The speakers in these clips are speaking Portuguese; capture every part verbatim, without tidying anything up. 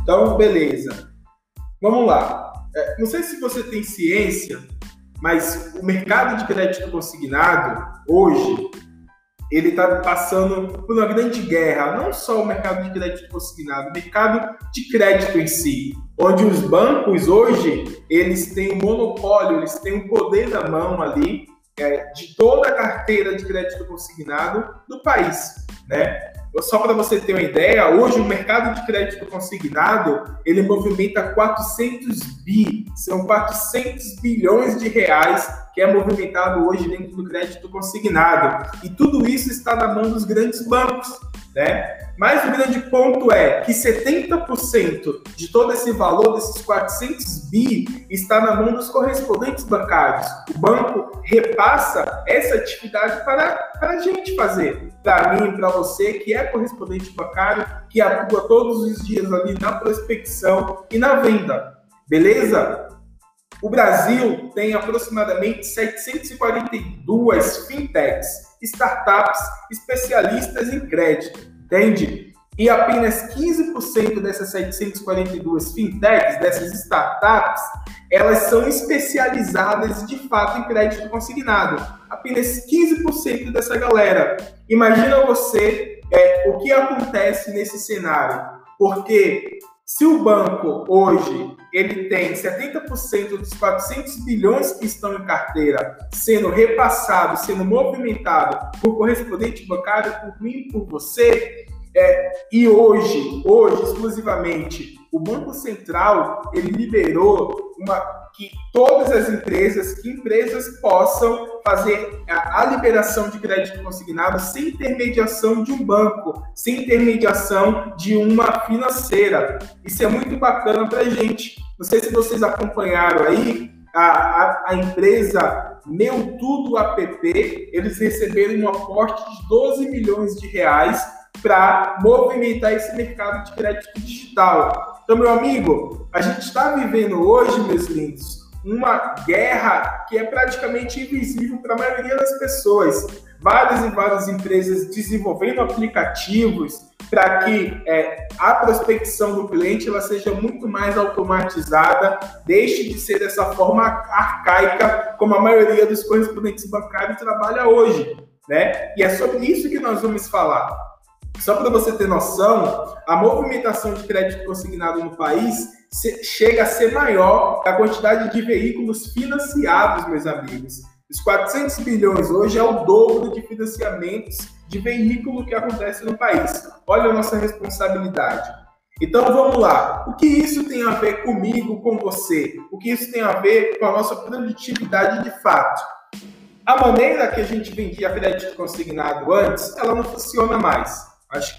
Então, beleza. Vamos lá. É, não sei se você tem ciência, mas o mercado de crédito consignado, hoje, ele está passando por uma grande guerra. Não só o mercado de crédito consignado, o mercado de crédito em si. Onde os bancos, hoje, eles têm um monopólio, eles têm um poder na mão ali, é, de toda a carteira de crédito consignado do país, né? Só para você ter uma ideia, hoje o mercado de crédito consignado, ele movimenta quatrocentos bi, são quatrocentos bilhões de reais que é movimentado hoje dentro do crédito consignado. E tudo isso está na mão dos grandes bancos, né? Mas o grande ponto é que setenta por cento de todo esse valor, desses quatrocentos bi, está na mão dos correspondentes bancários. O banco repassa essa atividade para, para a gente fazer. Para mim, para você, que é correspondente bancário, que atua todos os dias ali na prospecção e na venda. Beleza? O Brasil tem aproximadamente setecentas e quarenta e duas fintechs, startups especialistas em crédito, entende? E apenas quinze por cento dessas setecentas e quarenta e duas fintechs, dessas startups, elas são especializadas de fato em crédito consignado. Apenas quinze por cento dessa galera. Imagina você é, o que acontece nesse cenário, porque se o banco hoje ele tem setenta por cento dos quatrocentos bilhões que estão em carteira sendo repassado, sendo movimentado por correspondente bancário, por mim, por você, é, e hoje, hoje exclusivamente, o Banco Central ele liberou uma, que todas as empresas, que empresas possam fazer a, a liberação de crédito consignado sem intermediação de um banco, sem intermediação de uma financeira. Isso é muito bacana para a gente. Não sei se vocês acompanharam aí, a, a, a empresa Meu Tudo App, eles receberam um aporte de doze milhões de reais para movimentar esse mercado de crédito digital. Então, meu amigo, a gente está vivendo hoje, meus lindos, uma guerra que é praticamente invisível para a maioria das pessoas. Várias e várias empresas desenvolvendo aplicativos para que é, a prospecção do cliente ela seja muito mais automatizada, deixe de ser dessa forma arcaica como a maioria dos correspondentes bancários trabalha hoje, né? E é sobre isso que nós vamos falar. Só para você ter noção, a movimentação de crédito consignado no país chega a ser maior que a quantidade de veículos financiados, meus amigos. Os quatrocentos bilhões hoje é o dobro de financiamentos de veículo que acontece no país. Olha a nossa responsabilidade. Então vamos lá. O que isso tem a ver comigo, com você? O que isso tem a ver com a nossa produtividade de fato? A maneira que a gente vendia crédito consignado antes, ela não funciona mais. Acho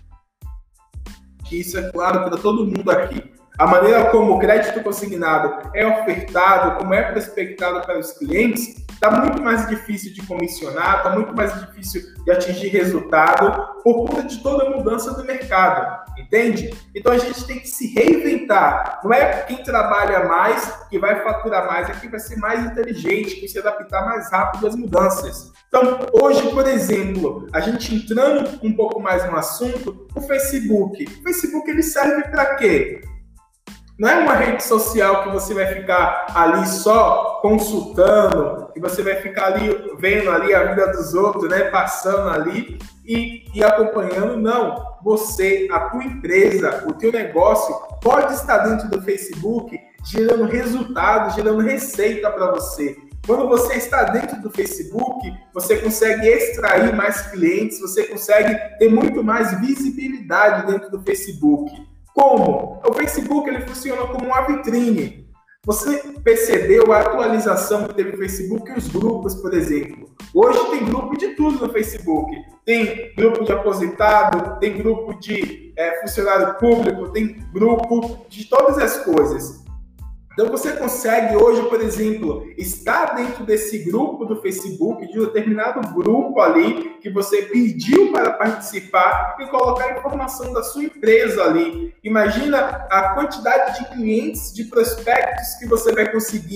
que isso é claro para todo mundo aqui. A maneira como o crédito consignado é ofertado, como é prospectado para os clientes, está muito mais difícil de comissionar, está muito mais difícil de atingir resultado por conta de toda a mudança do mercado, entende? Então a gente tem que se reinventar. Não é quem trabalha mais que vai faturar mais, é quem vai ser mais inteligente, que se adaptar mais rápido às mudanças. Então, hoje, por exemplo, a gente entrando um pouco mais no assunto, o Facebook. O Facebook ele serve para quê? Não é uma rede social que você vai ficar ali só consultando, que você vai ficar ali vendo ali a vida dos outros, né, passando ali e, e acompanhando. Não, você, a tua empresa, o teu negócio pode estar dentro do Facebook gerando resultados, gerando receita para você. Quando você está dentro do Facebook, você consegue extrair mais clientes, você consegue ter muito mais visibilidade dentro do Facebook. Como? O Facebook ele funciona como uma vitrine. Você percebeu a atualização que teve no Facebook e os grupos, por exemplo? Hoje tem grupo de tudo no Facebook. Tem grupo de aposentado, tem grupo de é, funcionário público, tem grupo de todas as coisas. Então você consegue hoje, por exemplo, estar dentro desse grupo do Facebook, de um determinado grupo ali, que você pediu para participar e colocar a informação da sua empresa ali. Imagina a quantidade de clientes, de prospectos que você vai conseguir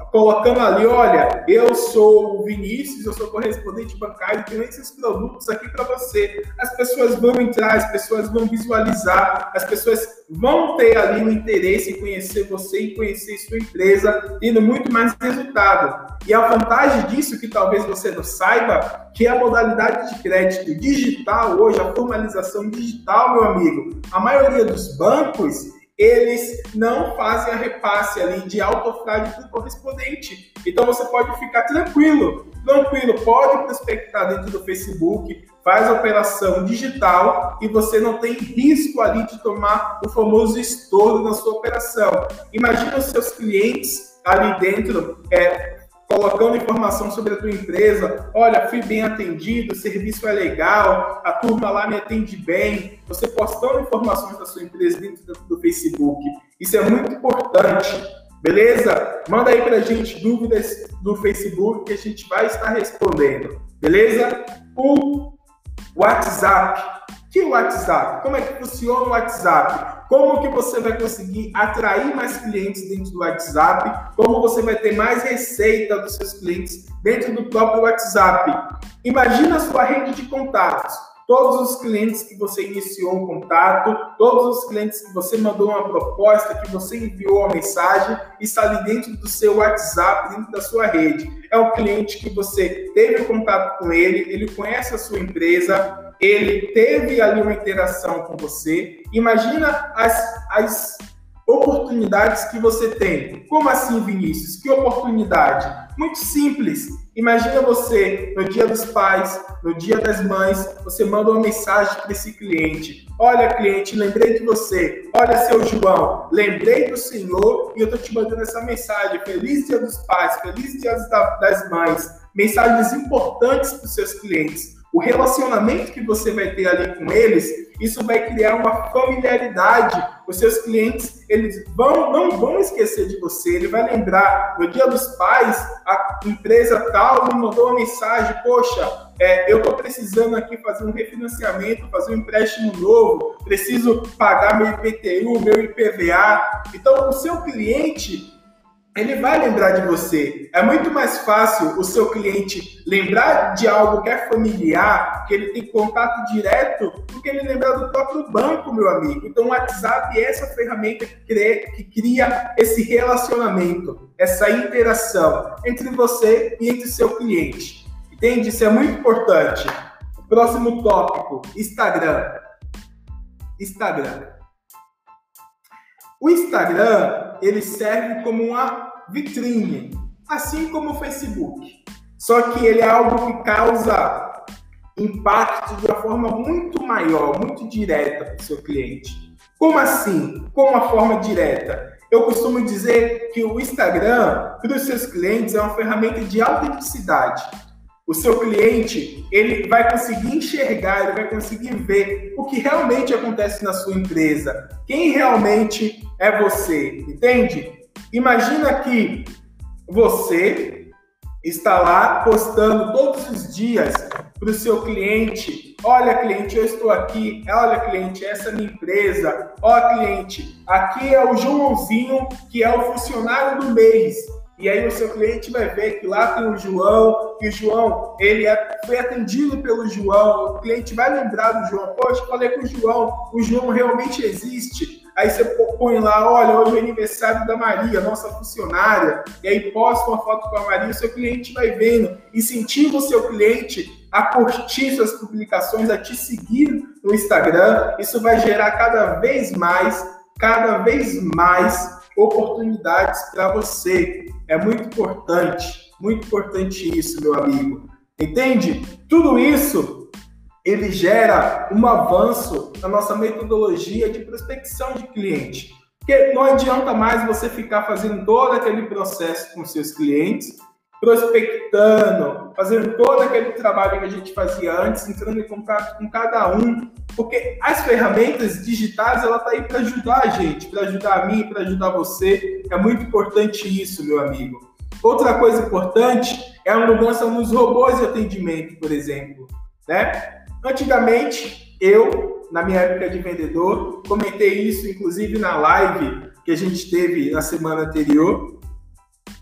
colocando ali, olha, eu sou o Vinícius, eu sou correspondente bancário, tenho esses produtos aqui para você. As pessoas vão entrar, as pessoas vão visualizar, as pessoas vão ter ali o interesse em conhecer você e conhecer sua empresa, tendo muito mais resultado. E a vantagem disso, que talvez você não saiba, que é a modalidade de crédito digital hoje, a formalização digital, meu amigo, a maioria dos bancos, eles não fazem a repasse ali de autofrade para o correspondente. Então você pode ficar tranquilo, tranquilo, pode prospectar dentro do Facebook, faz a operação digital e você não tem risco ali de tomar o famoso estouro na sua operação. Imagina os seus clientes ali dentro, é, colocando informação sobre a tua empresa, olha, fui bem atendido, o serviço é legal, a turma lá me atende bem, você postando informações da sua empresa dentro do Facebook. Isso é muito importante, beleza? Manda aí pra gente dúvidas do Facebook que a gente vai estar respondendo, beleza? O WhatsApp. Que WhatsApp? Como é que funciona o WhatsApp? Como que você vai conseguir atrair mais clientes dentro do WhatsApp? Como você vai ter mais receita dos seus clientes dentro do próprio WhatsApp? Imagina a sua rede de contatos. Todos os clientes que você iniciou um contato, todos os clientes que você mandou uma proposta, que você enviou uma mensagem, está ali dentro do seu WhatsApp, dentro da sua rede. É um cliente que você teve contato com ele, ele conhece a sua empresa, ele teve ali uma interação com você. Imagina as, as oportunidades que você tem. Como assim, Vinícius? Que oportunidade? Muito simples. Imagina você, no Dia dos Pais, no Dia das Mães, você manda uma mensagem para esse cliente. Olha, cliente, lembrei de você. Olha, seu João, lembrei do senhor e eu estou te mandando essa mensagem. Feliz Dia dos Pais, feliz Dia das Mães. Mensagens importantes para os seus clientes. O relacionamento que você vai ter ali com eles, isso vai criar uma familiaridade. Os seus clientes, eles vão, não vão esquecer de você. Ele vai lembrar, no Dia dos Pais, a empresa tal me mandou uma mensagem, poxa, é, eu estou precisando aqui fazer um refinanciamento, fazer um empréstimo novo, preciso pagar meu I P T U, meu I P V A. Então, o seu cliente, ele vai lembrar de você. É muito mais fácil o seu cliente lembrar de algo que é familiar, que ele tem contato direto, do que ele lembrar do próprio banco, meu amigo. Então, o WhatsApp é essa ferramenta que cria, que cria esse relacionamento, essa interação entre você e entre seu cliente. Entende? Isso é muito importante. Próximo tópico, Instagram. Instagram. O Instagram, ele serve como uma vitrine, assim como o Facebook. Só que ele é algo que causa impacto de uma forma muito maior, muito direta para o seu cliente. Como assim? Como uma forma direta? Eu costumo dizer que o Instagram, para os seus clientes, é uma ferramenta de autenticidade. O seu cliente, ele vai conseguir enxergar, ele vai conseguir ver o que realmente acontece na sua empresa. Quem realmente é você, entende? Imagina que você está lá postando todos os dias para o seu cliente. Olha, cliente, eu estou aqui. Olha, cliente, essa é a minha empresa. Olha, cliente, aqui é o Joãozinho, que é o funcionário do mês. E aí o seu cliente vai ver que lá tem o João, que o João, ele é, foi atendido pelo João, o cliente vai lembrar do João, poxa, falei com o João, o João realmente existe. Aí você põe lá, olha, hoje é aniversário da Maria, nossa funcionária, e aí posta uma foto com a Maria, o seu cliente vai vendo, incentiva o seu cliente a curtir suas publicações, a te seguir no Instagram. Isso vai gerar cada vez mais, cada vez mais oportunidades para você. É muito importante, muito importante isso, meu amigo. Entende? Tudo isso, ele gera um avanço na nossa metodologia de prospecção de cliente. Porque não adianta mais você ficar fazendo todo aquele processo com seus clientes, prospectando, fazendo todo aquele trabalho que a gente fazia antes, entrando em contato com cada um, porque as ferramentas digitais, ela tá aí para ajudar a gente, para ajudar a mim, para ajudar você. É muito importante isso, meu amigo. Outra coisa importante é a mudança nos robôs de atendimento, por exemplo, né? Antigamente, eu, na minha época de vendedor, comentei isso, inclusive, na live que a gente teve na semana anterior.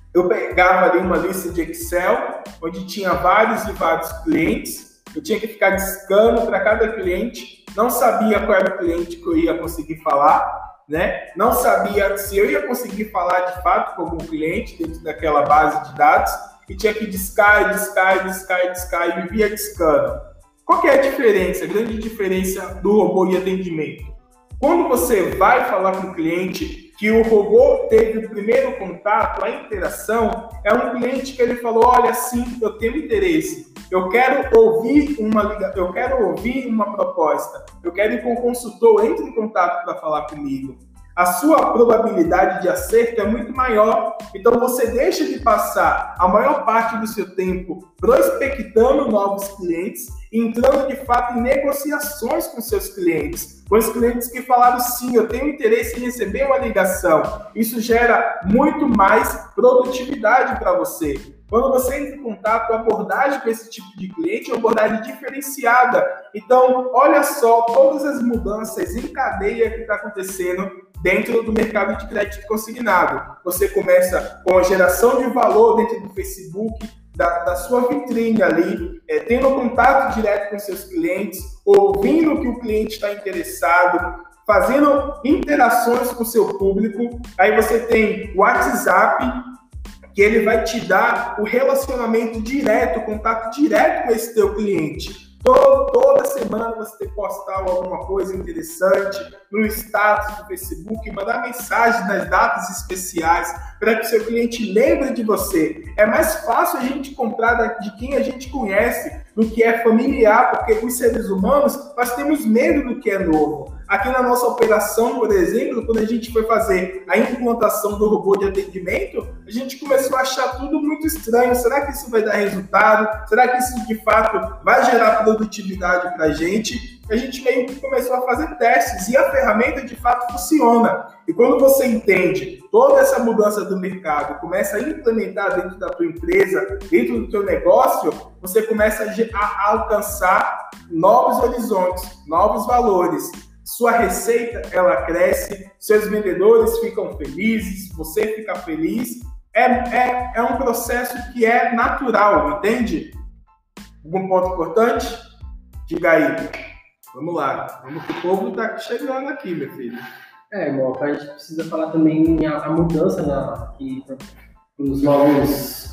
Eu pegava ali uma lista de Excel, onde tinha vários e vários clientes, eu tinha que ficar discando para cada cliente, não sabia qual era o cliente que eu ia conseguir falar, né? Não sabia se eu ia conseguir falar de fato com algum cliente dentro daquela base de dados, e tinha que discar, discar, discar, discar, e vivia discando. Qual que é a diferença, a grande diferença do robô de atendimento? Quando você vai falar com o cliente, que o robô teve o primeiro contato, a interação, é um cliente que ele falou, olha, sim, eu tenho interesse, eu quero ouvir uma, eu quero ouvir uma proposta, eu quero que um consultor entre em contato para falar comigo. A sua probabilidade de acerto é muito maior, então você deixa de passar a maior parte do seu tempo prospectando novos clientes e entrando de fato em negociações com seus clientes, com os clientes que falaram sim, eu tenho interesse em receber uma ligação. Isso gera muito mais produtividade para você. Quando você entra em contato, a abordagem com esse tipo de cliente é uma abordagem diferenciada. Então, olha só todas as mudanças em cadeia que está acontecendo dentro do mercado de crédito consignado. Você começa com a geração de valor dentro do Facebook, da, da sua vitrine ali, é, tendo contato direto com seus clientes, ouvindo o que o cliente está interessado, fazendo interações com o seu público. Aí você tem o WhatsApp, que ele vai te dar o relacionamento direto, o contato direto com esse teu cliente. Todo, toda semana você tem que postar alguma coisa interessante no status do Facebook, mandar mensagem das datas especiais para que o seu cliente lembre de você. É mais fácil a gente comprar de quem a gente conhece do que é familiar, porque os seres humanos, nós temos medo do que é novo. Aqui na nossa operação, por exemplo, quando a gente foi fazer a implantação do robô de atendimento, a gente começou a achar tudo muito estranho. Será que isso vai dar resultado? Será que isso, de fato, vai gerar produtividade para a gente? A gente meio que começou a fazer testes e a ferramenta, de fato, funciona. E quando você entende toda essa mudança do mercado, começa a implementar dentro da tua empresa, dentro do teu negócio, você começa a alcançar novos horizontes, novos valores. Sua receita, ela cresce, seus vendedores ficam felizes, você fica feliz. É, é, é um processo que é natural, entende? Algum ponto importante? Diga aí. Vamos lá. Vamos que o povo está chegando aqui, meu filho. É, irmão, a gente precisa falar também a, a mudança na, para os novos...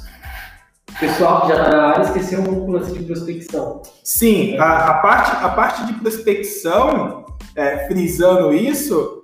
O pessoal que já está na área esqueceu um pouco o lance de prospecção. Sim, a, a, parte, a parte de prospecção, é, frisando isso,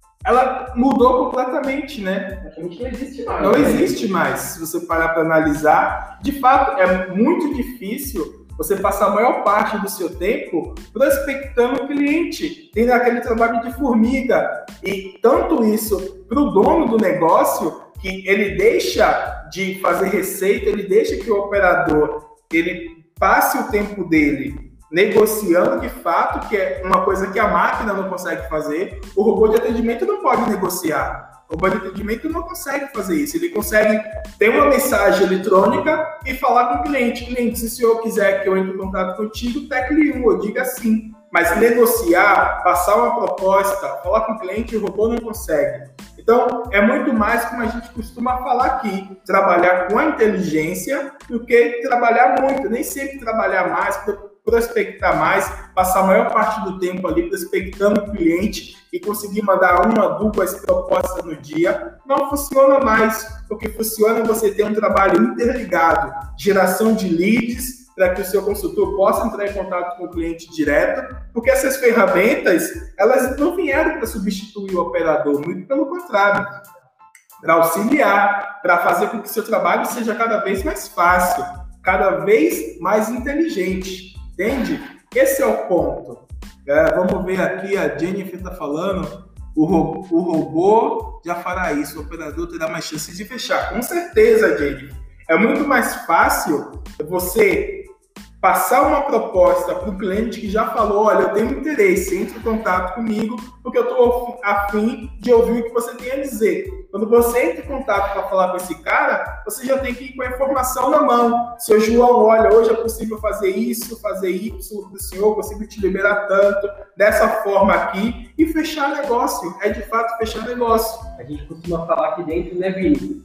ela mudou completamente, né? Praticamente não existe mais. Não existe mais, se você parar para analisar. De fato, é muito difícil você passar a maior parte do seu tempo prospectando o cliente, tendo aquele trabalho de formiga. E tanto isso para o dono do negócio, que ele deixa de fazer receita, ele deixa que o operador ele passe o tempo dele negociando de fato, que é uma coisa que a máquina não consegue fazer. O robô de atendimento não pode negociar. O robô de atendimento não consegue fazer isso. Ele consegue ter uma mensagem eletrônica e falar com o cliente. Cliente, se o senhor quiser que eu entre em contato contigo, tecle um, eu diga sim. Mas negociar, passar uma proposta, falar com o cliente, o robô não consegue. Então, é muito mais como a gente costuma falar aqui, trabalhar com a inteligência do que trabalhar muito. Nem sempre trabalhar mais, prospectar mais, passar a maior parte do tempo ali prospectando o cliente e conseguir mandar uma, duas propostas no dia, não funciona mais. O que funciona é você ter um trabalho interligado, geração de leads, para que o seu consultor possa entrar em contato com o cliente direto, porque essas ferramentas, elas não vieram para substituir o operador, muito pelo contrário, para auxiliar, para fazer com que o seu trabalho seja cada vez mais fácil, cada vez mais inteligente, entende? Esse é o ponto. É, vamos ver aqui, a Jennifer está falando, o robô, o robô já fará isso, o operador terá mais chances de fechar. Com certeza, Jennifer. É muito mais fácil você passar uma proposta para o cliente que já falou, olha, eu tenho interesse, entre em contato comigo, porque eu estou a fim de ouvir o que você tem a dizer. Quando você entra em contato para falar com esse cara, você já tem que ir com a informação na mão. Seu João, olha, hoje é possível fazer isso, fazer isso do senhor, consigo te liberar tanto, dessa forma aqui, e fechar negócio. É de fato fechar negócio. A gente costuma falar aqui dentro, né, Vini?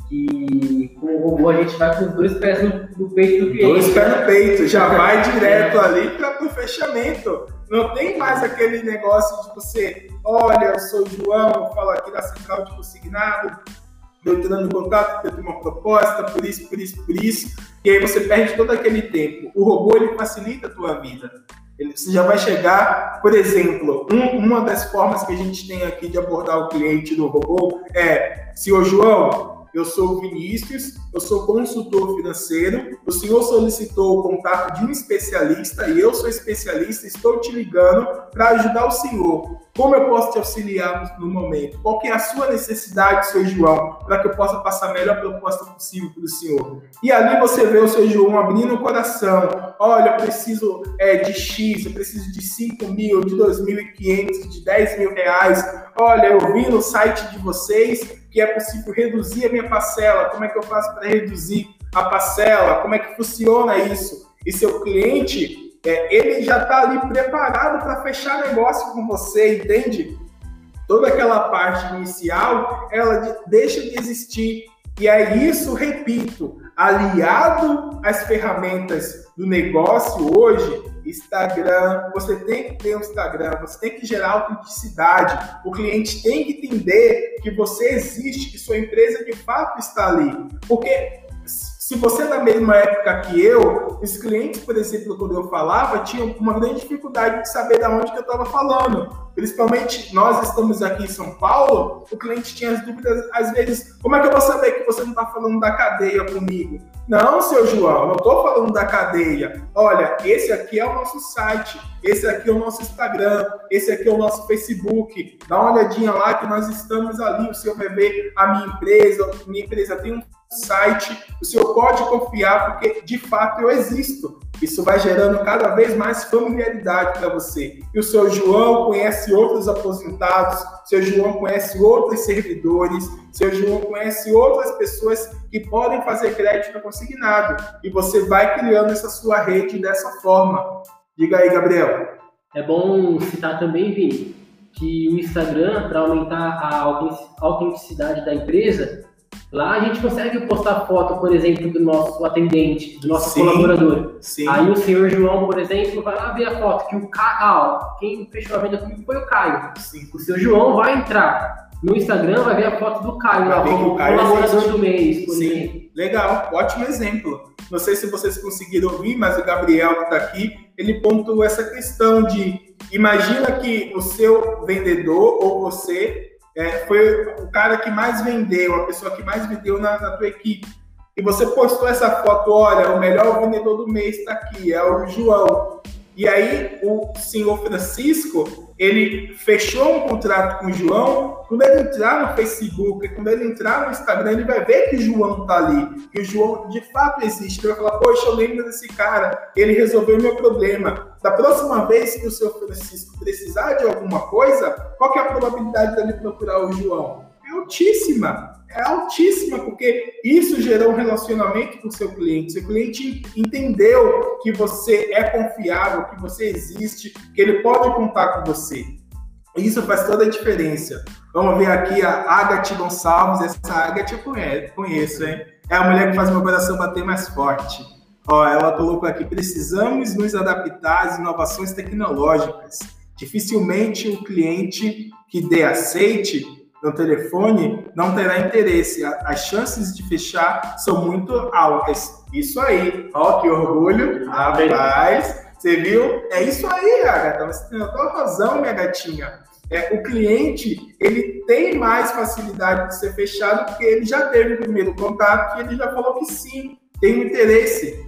que com o robô a gente vai com os dois pés no, no peito do cliente. Dois pés no peito, já vai direto ali para o fechamento. Não tem mais aquele negócio de você, olha, eu sou o João, eu falo aqui da central de consignado, eu entrando em contato, eu tenho uma proposta, por isso, por isso, por isso, e aí você perde todo aquele tempo. O robô, ele facilita a tua vida. Ele, você já vai chegar, por exemplo, um, uma das formas que a gente tem aqui de abordar o cliente no robô é, senhor João, eu sou o Vinícius, eu sou consultor financeiro, o senhor solicitou o contato de um especialista e eu sou especialista, estou te ligando para ajudar o senhor. Como eu posso te auxiliar no momento? Qual que é a sua necessidade, senhor João, para que eu possa passar a melhor proposta possível para o senhor? E ali você vê o senhor João abrindo o coração. Olha, eu preciso é, de X, eu preciso de cinco mil, de dois mil e quinhentos, de dez mil reais. Olha, eu vi no site de vocês que é possível reduzir a minha parcela. Como é que eu faço para reduzir a parcela? Como é que funciona isso? E seu cliente... É, ele já está ali preparado para fechar negócio com você, entende? Toda aquela parte inicial, ela deixa de existir. E é isso, repito, aliado às ferramentas do negócio hoje, Instagram, você tem que ter um Instagram, você tem que gerar autenticidade, o cliente tem que entender que você existe, que sua empresa de fato está ali. Porque... se você é da mesma época que eu, os clientes, por exemplo, quando eu falava, tinham uma grande dificuldade de saber de onde que eu estava falando. Principalmente nós estamos aqui em São Paulo, o cliente tinha as dúvidas, às vezes, como é que eu vou saber que você não está falando da cadeia comigo? Não, seu João, não estou falando da cadeia. Olha, esse aqui é o nosso site, esse aqui é o nosso Instagram, esse aqui é o nosso Facebook. Dá uma olhadinha lá que nós estamos ali, o senhor vai ver a minha empresa, minha empresa tem um site, o senhor pode confiar porque de fato eu existo. Isso vai gerando cada vez mais familiaridade para você. E o seu João conhece outros aposentados, o seu João conhece outros servidores, o seu João conhece outras pessoas que podem fazer crédito consignado. E você vai criando essa sua rede dessa forma. Diga aí, Gabriel. É bom citar também, Vini, que o Instagram, para aumentar a autenticidade da empresa, lá a gente consegue postar foto, por exemplo, do nosso atendente, do nosso sim, colaborador. Sim. Aí o senhor João, por exemplo, vai lá ver a foto que o Caio, ah, quem fechou a venda comigo foi o Caio. Sim. O seu João vai entrar no Instagram, vai ver a foto do Caio, lá, como o colaborador existe. Do mês, por sim. exemplo. Legal, ótimo exemplo. Não sei se vocês conseguiram ouvir, mas o Gabriel que está aqui, ele pontuou essa questão de, imagina que o seu vendedor ou você É, foi o cara que mais vendeu, a pessoa que mais vendeu na, na tua equipe. E você postou essa foto, olha, o melhor vendedor do mês está aqui, é o João. E aí o senhor Francisco, ele fechou um contrato com o João. Quando ele entrar no Facebook, quando ele entrar no Instagram, ele vai ver que o João está ali, que o João de fato existe. Ele vai falar, poxa, eu lembro desse cara, ele resolveu o meu problema. Da próxima vez que o senhor Francisco precisar de alguma coisa, qual que é a probabilidade dele procurar o João? É altíssima, é altíssima, porque isso gerou um relacionamento com o seu cliente. Seu cliente entendeu que você é confiável, que você existe, que ele pode contar com você. Isso faz toda a diferença. Vamos ver aqui a Agathe Gonçalves. Essa Agathe eu conheço, hein? É a mulher que faz meu coração bater mais forte. Ó, ela colocou aqui, precisamos nos adaptar às inovações tecnológicas. Dificilmente o cliente que dê aceite no telefone não terá interesse. As chances de fechar são muito altas. Isso aí. Ó, que orgulho. Rapaz, você viu? É isso aí, Agatha. Você tem toda razão, minha gatinha. É, o cliente, ele tem mais facilidade de ser fechado porque ele já teve o primeiro contato e ele já falou que sim, tem interesse.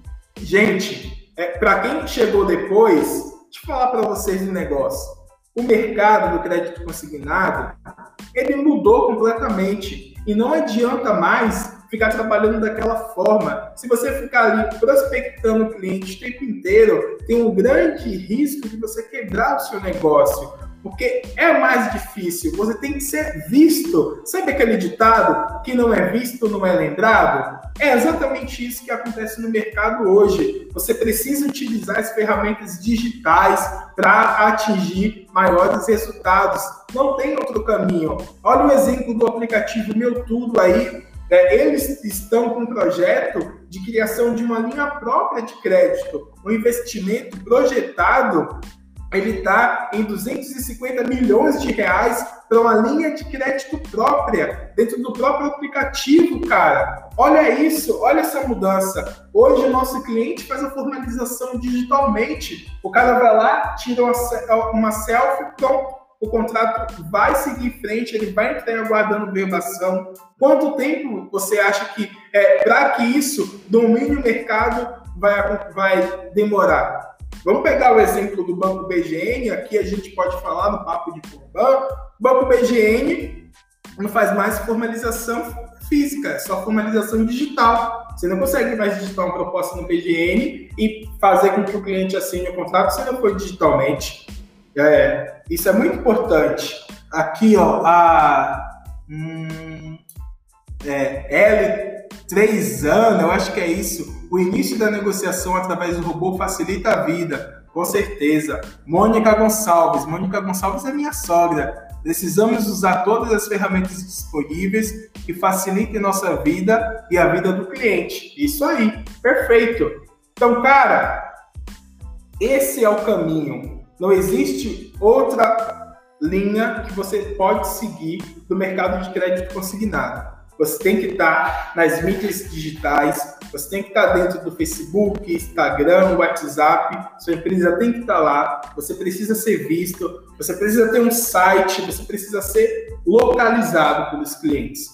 Gente, é, para quem chegou depois, deixa eu falar para vocês um negócio. O mercado do crédito consignado, ele mudou completamente e não adianta mais ficar trabalhando daquela forma. Se você ficar ali prospectando o cliente o tempo inteiro, tem um grande risco de você quebrar o seu negócio, porque é mais difícil, você tem que ser visto. Sabe aquele ditado, que não é visto, não é lembrado? É exatamente isso que acontece no mercado hoje. Você precisa utilizar as ferramentas digitais para atingir maiores resultados. Não tem outro caminho. Olha o exemplo do aplicativo Meu Tudo aí. É, eles estão com um projeto de criação de uma linha própria de crédito. O investimento projetado, ele está em duzentos e cinquenta milhões de reais para uma linha de crédito própria, dentro do próprio aplicativo, cara. Olha isso, olha essa mudança. Hoje o nosso cliente faz a formalização digitalmente. O cara vai lá, tira uma, uma selfie, pronto. O contrato vai seguir em frente, ele vai estar aguardando verbação. Quanto tempo você acha que, é, para que isso domine o mercado, vai, vai demorar? Vamos pegar o exemplo do Banco B G N, aqui a gente pode falar no Papo de Corban. O Banco B G N não faz mais formalização física, é só formalização digital. Você não consegue mais digitar uma proposta no B G N e fazer com que o cliente assine o contrato se não for digitalmente. É, isso é muito importante. Aqui, ó, a hum, é, L três anos, eu acho que é isso. O início da negociação através do robô facilita a vida, com certeza. Mônica Gonçalves, Mônica Gonçalves é minha sogra. Precisamos usar todas as ferramentas disponíveis que facilitem nossa vida e a vida do cliente. Isso aí, perfeito. Então, cara, esse é o caminho. Não existe outra linha que você pode seguir do mercado de crédito consignado. Você tem que estar nas mídias digitais, você tem que estar dentro do Facebook, Instagram, WhatsApp, sua empresa tem que estar lá, você precisa ser visto, você precisa ter um site, você precisa ser localizado pelos clientes.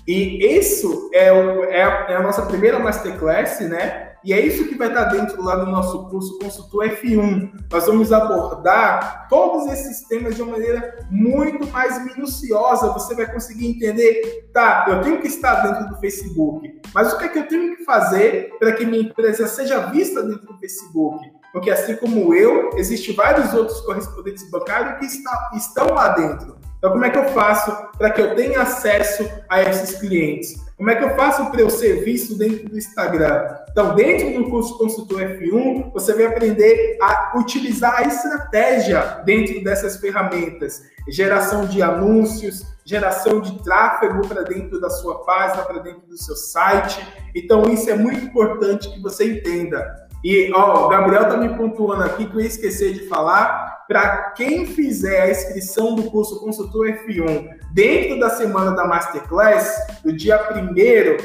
E isso é, o, é, a, é a nossa primeira Masterclass, né? E é isso que vai estar dentro lá do nosso curso Consultor F um. Nós vamos abordar todos esses temas de uma maneira muito mais minuciosa. Você vai conseguir entender, tá, eu tenho que estar dentro do Facebook, mas o que é que eu tenho que fazer para que minha empresa seja vista dentro do Facebook? Porque assim como eu, existem vários outros correspondentes bancários que está, estão lá dentro. Então, como é que eu faço para que eu tenha acesso a esses clientes? Como é que eu faço para eu ser visto dentro do Instagram? Então, dentro do curso Consultor F um, você vai aprender a utilizar a estratégia dentro dessas ferramentas. Geração de anúncios, geração de tráfego para dentro da sua página, para dentro do seu site. Então, isso é muito importante que você entenda. E, ó, o Gabriel está me pontuando aqui que eu ia esquecer de falar. Para quem fizer a inscrição do curso Consultor F um dentro da semana da Masterclass, do dia primeiro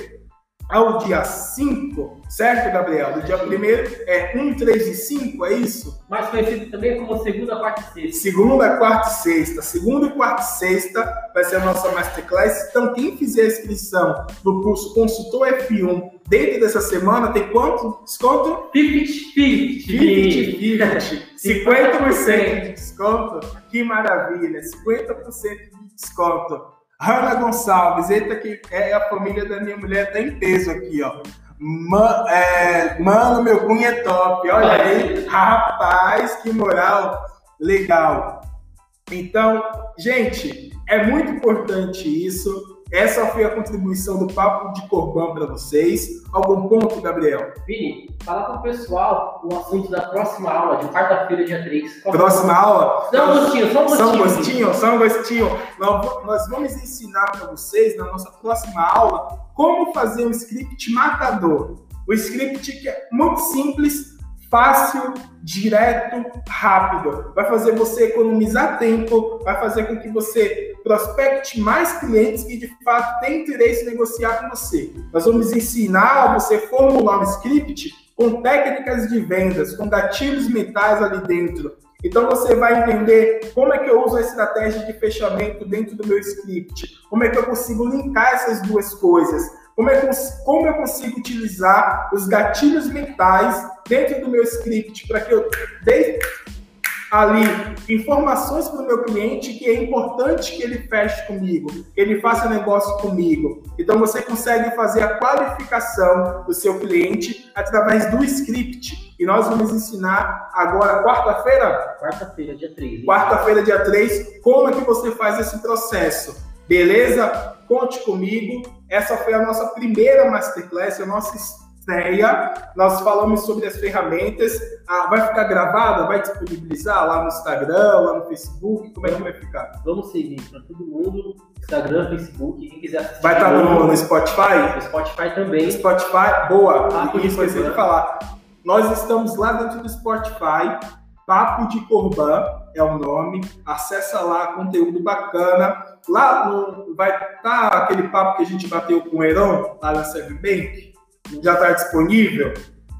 ao dia cinco, certo, Gabriel? Do dia primeiro é um, três e cinco, é isso? Mais conhecido também como segunda, quarta e sexta. Segunda, quarta e sexta. Segunda, quarta e sexta vai ser a nossa Masterclass. Então, quem fizer a inscrição do curso Consultor F um dentro dessa semana, tem quanto desconto? cinquenta cinquenta. cinquenta por cento de desconto. Que maravilha! cinquenta por cento de desconto. Ana Gonçalves, eita, que é a família da minha mulher, tá em peso aqui, ó. Man, é, mano, meu cunho é top. Olha aí, rapaz, que moral legal. Então, gente, é muito importante isso. Essa foi a contribuição do Papo de Corban para vocês. Algum ponto, Gabriel? Vini, fala para o pessoal o assunto da próxima aula, de quarta-feira, dia três. Qual próxima aula? Só um gostinho, só um gostinho. Só um gostinho, só um gostinho. Nós vamos ensinar para vocês, na nossa próxima aula, como fazer um script matador. O script que é muito simples, fácil, direto, rápido. Vai fazer você economizar tempo, vai fazer com que você prospecte mais clientes que de fato têm interesse em negociar com você. Nós vamos ensinar a você formular um script com técnicas de vendas, com gatilhos mentais ali dentro. Então você vai entender como é que eu uso a estratégia de fechamento dentro do meu script, como é que eu consigo linkar essas duas coisas. Como, é, como eu consigo utilizar os gatilhos mentais dentro do meu script para que eu dê ali informações para o meu cliente que é importante que ele feche comigo, que ele faça negócio comigo. Então você consegue fazer a qualificação do seu cliente através do script. E nós vamos ensinar agora, quarta-feira? Quarta-feira, dia três. Quarta-feira, dia três, como é que você faz esse processo. Beleza? Conte comigo. Essa foi a nossa primeira Masterclass, a nossa ideia. Nós falamos sobre as ferramentas. Ah, vai ficar gravada? Vai disponibilizar lá no Instagram, lá no Facebook? Como é que vai ficar? Vamos seguir para todo mundo. Instagram, Facebook, quem quiser assistir. Vai estar no, no Spotify? No Spotify também. Spotify, boa. Papo e esqueci de falar. Nós estamos lá dentro do Spotify. Papo de Corban é o nome. Acessa lá, conteúdo bacana. Lá no, vai estar aquele papo que a gente bateu com o Heron, lá na SevBank. Já está disponível?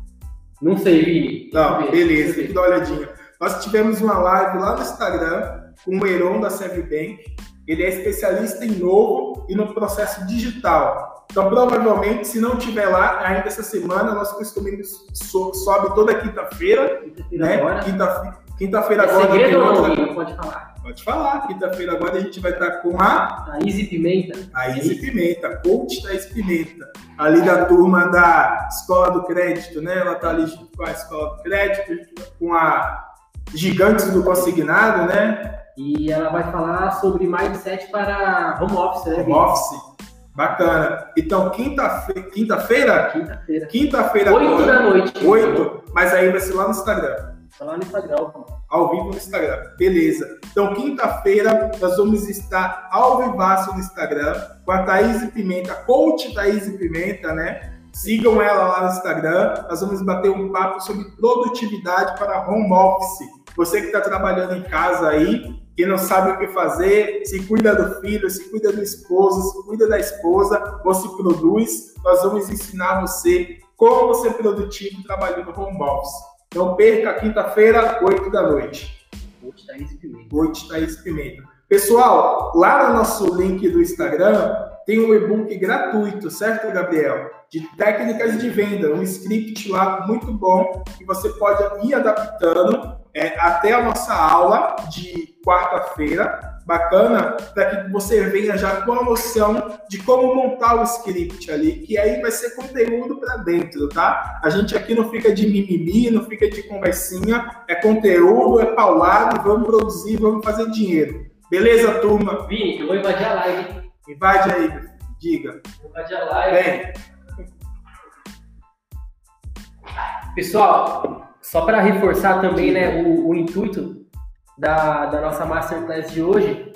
Não sei, Vini. Não, beleza, tem que dar uma olhadinha. Nós tivemos uma live lá no Instagram com o Heron da SevBank. Ele é especialista em novo e no processo digital. Então, provavelmente, se não tiver lá, ainda essa semana, nós costumamos so, sobe toda quinta-feira. Quinta-feira né? agora. Quinta, quinta-feira É agora. segredo ou não, outra... não pode falar? Pode falar. Quinta-feira agora a gente vai estar com a... A Easy Pimenta. A Easy Pimenta, coach da Easy Pimenta. Ali da turma da Escola do Crédito, né? Ela está ali junto com a Escola do Crédito, com a Gigantes do Consignado, né? E ela vai falar sobre mindset para home office, né? Home office. Bacana. Então, quinta-feira? Quinta-feira? Quinta-feira. Quinta-feira. Oito da noite. Oito. Mas aí vai ser lá no Instagram. Tá lá no Instagram. Ao vivo no Instagram. Beleza. Então, quinta-feira, nós vamos estar ao vivaço no Instagram com a Thaís Pimenta, coach Thaís Pimenta, né? Sigam ela lá no Instagram. Nós vamos bater um papo sobre produtividade para home office. Você que está trabalhando em casa aí, que não sabe o que fazer, se cuida do filho, se cuida do esposo, se cuida da esposa, ou se produz, nós vamos ensinar você como ser produtivo trabalhando no home office. Não perca, quinta-feira, oito da noite. Coach Thaís Pimenta. Coach Thaís Pimenta. Pessoal, lá no nosso link do Instagram, tem um e-book gratuito, certo, Gabriel? De técnicas de venda, um script lá muito bom, que você pode ir adaptando é, até a nossa aula de quarta-feira, bacana, para que você venha já com a noção de como montar o script ali, que aí vai ser conteúdo para dentro, tá? A gente aqui não fica de mimimi, não fica de conversinha, é conteúdo, é paulado, vamos produzir, vamos fazer dinheiro. Beleza, turma? Vini, eu vou invadir a live. Invade aí, diga. Vou invadir a live. Vem. Pessoal, só para reforçar também, né, o, o intuito da, da nossa Masterclass de hoje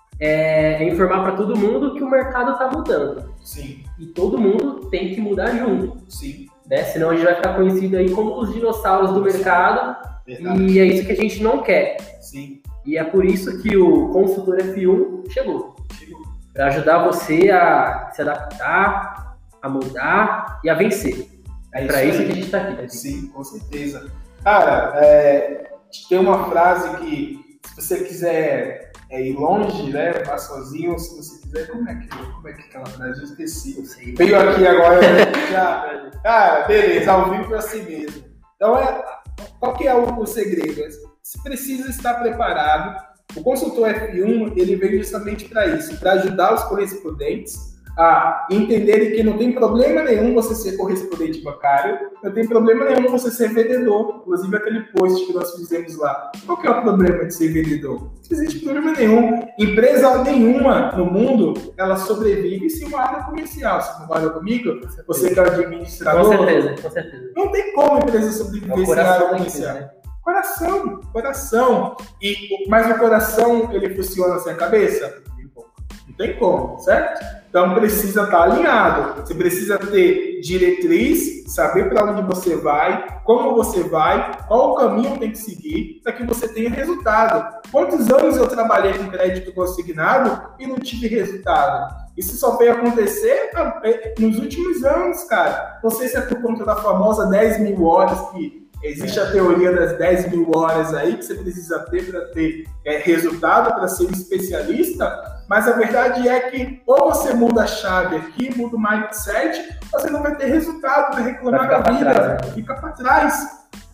é, é informar para todo mundo que o mercado está mudando. Sim. E todo mundo tem que mudar junto. Sim. Né? Senão a gente vai ficar conhecido aí como os dinossauros do mercado. Verdade. E é isso que a gente não quer. Sim. E é por isso que o Consultor F um chegou. Chegou. Para ajudar você a se adaptar, a mudar e a vencer. É, é para isso, isso que a gente está aqui. Né? Sim, com certeza. Cara, é, tem uma frase que, se você quiser é, ir longe, né, vá sozinho, se você quiser, como é que, como é que aquela frase? Eu esqueci. Sei, veio aqui agora, já. Cara, beleza, ao vivo é assim mesmo. Então, é, qual que é o, o segredo? Você precisa estar preparado. O Consultor F um, ele veio justamente para isso, para ajudar os correspondentes a entenderem que não tem problema nenhum você ser correspondente bancário, não tem problema nenhum você ser vendedor. Inclusive aquele post que nós fizemos lá. Qual que é o problema de ser vendedor? Não existe problema nenhum. Empresa nenhuma no mundo, ela sobrevive sem uma área comercial. Você concorda comigo? Você que é administrador. Com certeza, com certeza. Não tem como a empresa sobreviver é sem área comercial. Né? Coração, coração. E, mas o coração, ele funciona sem a cabeça? Não tem como, certo? Então precisa estar alinhado. Você precisa ter diretriz, saber para onde você vai, como você vai, qual o caminho tem que seguir para que você tenha resultado. Quantos anos eu trabalhei com crédito consignado e não tive resultado? Isso só veio acontecer nos últimos anos, cara. Não sei se é por conta da famosa dez mil horas que existe a teoria das dez mil horas aí que você precisa ter para ter é, resultado, para ser um especialista, mas a verdade é que ou você muda a chave aqui, muda o mindset, você não vai ter resultado, vai reclamar da vida, trás, né? Fica para trás.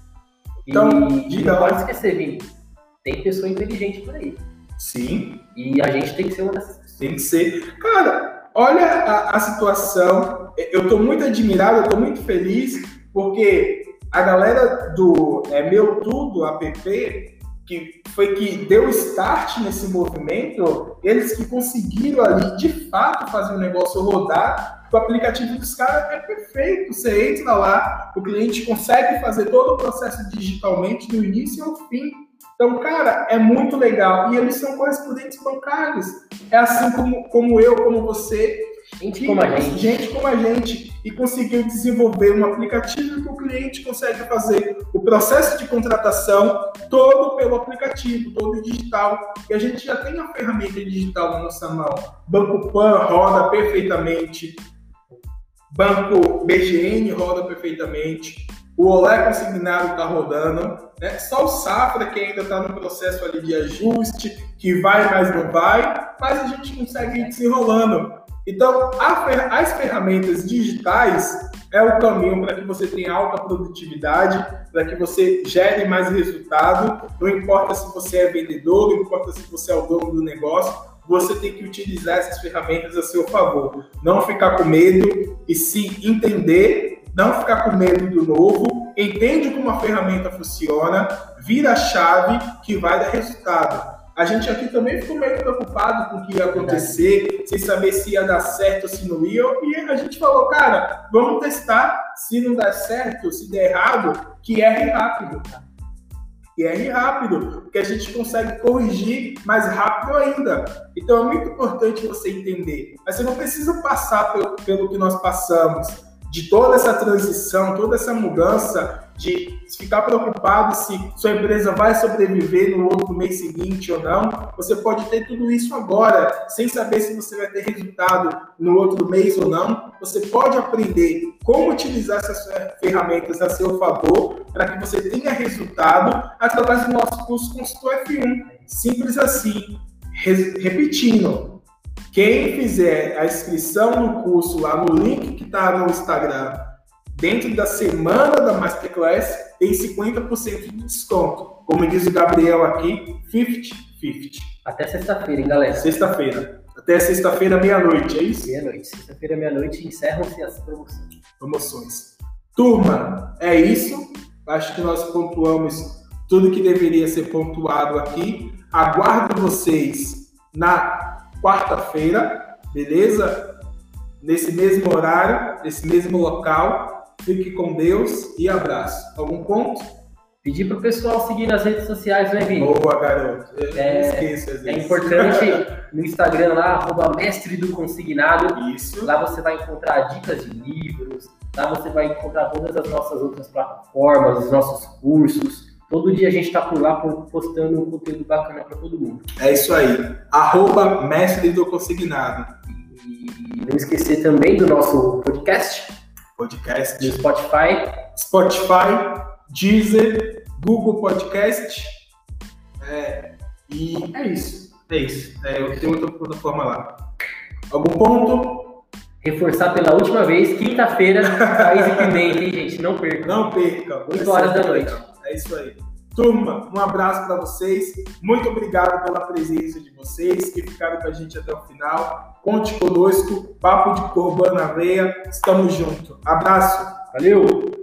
Então, e, diga, não pode esquecer, Vini, tem pessoa inteligente por aí. Sim. E a gente tem que ser uma dessas pessoas. Tem que ser. Cara, olha a, a situação, eu estou muito admirado, eu estou muito feliz, porque a galera do é, Meu Tudo app, que foi que deu start nesse movimento, eles que conseguiram ali, de fato, fazer o negócio rodar, o aplicativo dos caras é perfeito. Você entra lá, o cliente consegue fazer todo o processo digitalmente, do início ao fim. Então, cara, é muito legal. E eles são correspondentes bancários. É assim como, como eu, como você. Gente como a gente. Gente como a gente. E conseguiu desenvolver um aplicativo que o cliente consegue fazer o processo de contratação todo pelo aplicativo, todo digital. E a gente já tem a ferramenta digital na nossa mão. Banco Pan roda perfeitamente. Banco B G N roda perfeitamente. O Olé Consignado está rodando, né? Só o Safra que ainda está no processo ali de ajuste, que vai, mas não vai, mas a gente consegue ir desenrolando. Então, a, as ferramentas digitais é o caminho para que você tenha alta produtividade, para que você gere mais resultado. Não importa se você é vendedor, não importa se você é o dono do negócio, você tem que utilizar essas ferramentas a seu favor. Não ficar com medo e se entender. Não ficar com medo do novo, entende como a ferramenta funciona, vira a chave que vai dar resultado. A gente aqui também ficou meio preocupado com o que ia acontecer, sem saber se ia dar certo ou se não ia, e a gente falou, cara, vamos testar, se não der certo, se der errado, que erre rápido. Que erre rápido, porque a gente consegue corrigir mais rápido ainda. Então é muito importante você entender, mas você não precisa passar pelo, pelo que nós passamos, de toda essa transição, toda essa mudança, de ficar preocupado se sua empresa vai sobreviver no outro mês seguinte ou não. Você pode ter tudo isso agora, sem saber se você vai ter resultado no outro mês ou não. Você pode aprender como utilizar essas ferramentas a seu favor para que você tenha resultado através do nosso curso Consultor F um. Simples assim. Re- repetindo. Quem fizer a inscrição no curso lá no link que está no Instagram, dentro da semana da Masterclass, tem cinquenta por cento de desconto. Como diz o Gabriel aqui, cinquenta cinquenta. Até sexta-feira, hein, galera? Sexta-feira. Até sexta-feira, meia-noite, é isso? Meia-noite. Sexta-feira, meia-noite, encerram-se as promoções. Promoções. Turma, é isso. Acho que nós pontuamos tudo que deveria ser pontuado aqui. Aguardo vocês na quarta-feira, beleza? Nesse mesmo horário, nesse mesmo local. Fique com Deus e abraço. Algum ponto? Pedir para o pessoal seguir nas redes sociais, né, Vini? Boa, garoto. Eu é, esqueço às vezes. É importante no Instagram lá, arroba mestre do consignado. Isso. Lá você vai encontrar dicas de livros, lá você vai encontrar todas as nossas outras plataformas, os nossos cursos. Todo dia a gente está por lá postando um conteúdo bacana para todo mundo. É isso aí. Arroba mestre do consignado. E não esquecer também do nosso podcast. Podcast. No Spotify. Spotify, Deezer, Google Podcast. É, e é isso. É isso. É, eu tenho outra plataforma lá. Algum ponto? Reforçar pela última vez, quinta-feira, País Independente, hein, gente? Não perca. Não perca. oito horas da noite. É isso aí. Turma, um abraço para vocês. Muito obrigado pela presença de vocês que ficaram com a gente até o final. Conte conosco. Papo de Corban na veia. Estamos juntos. Abraço. Valeu!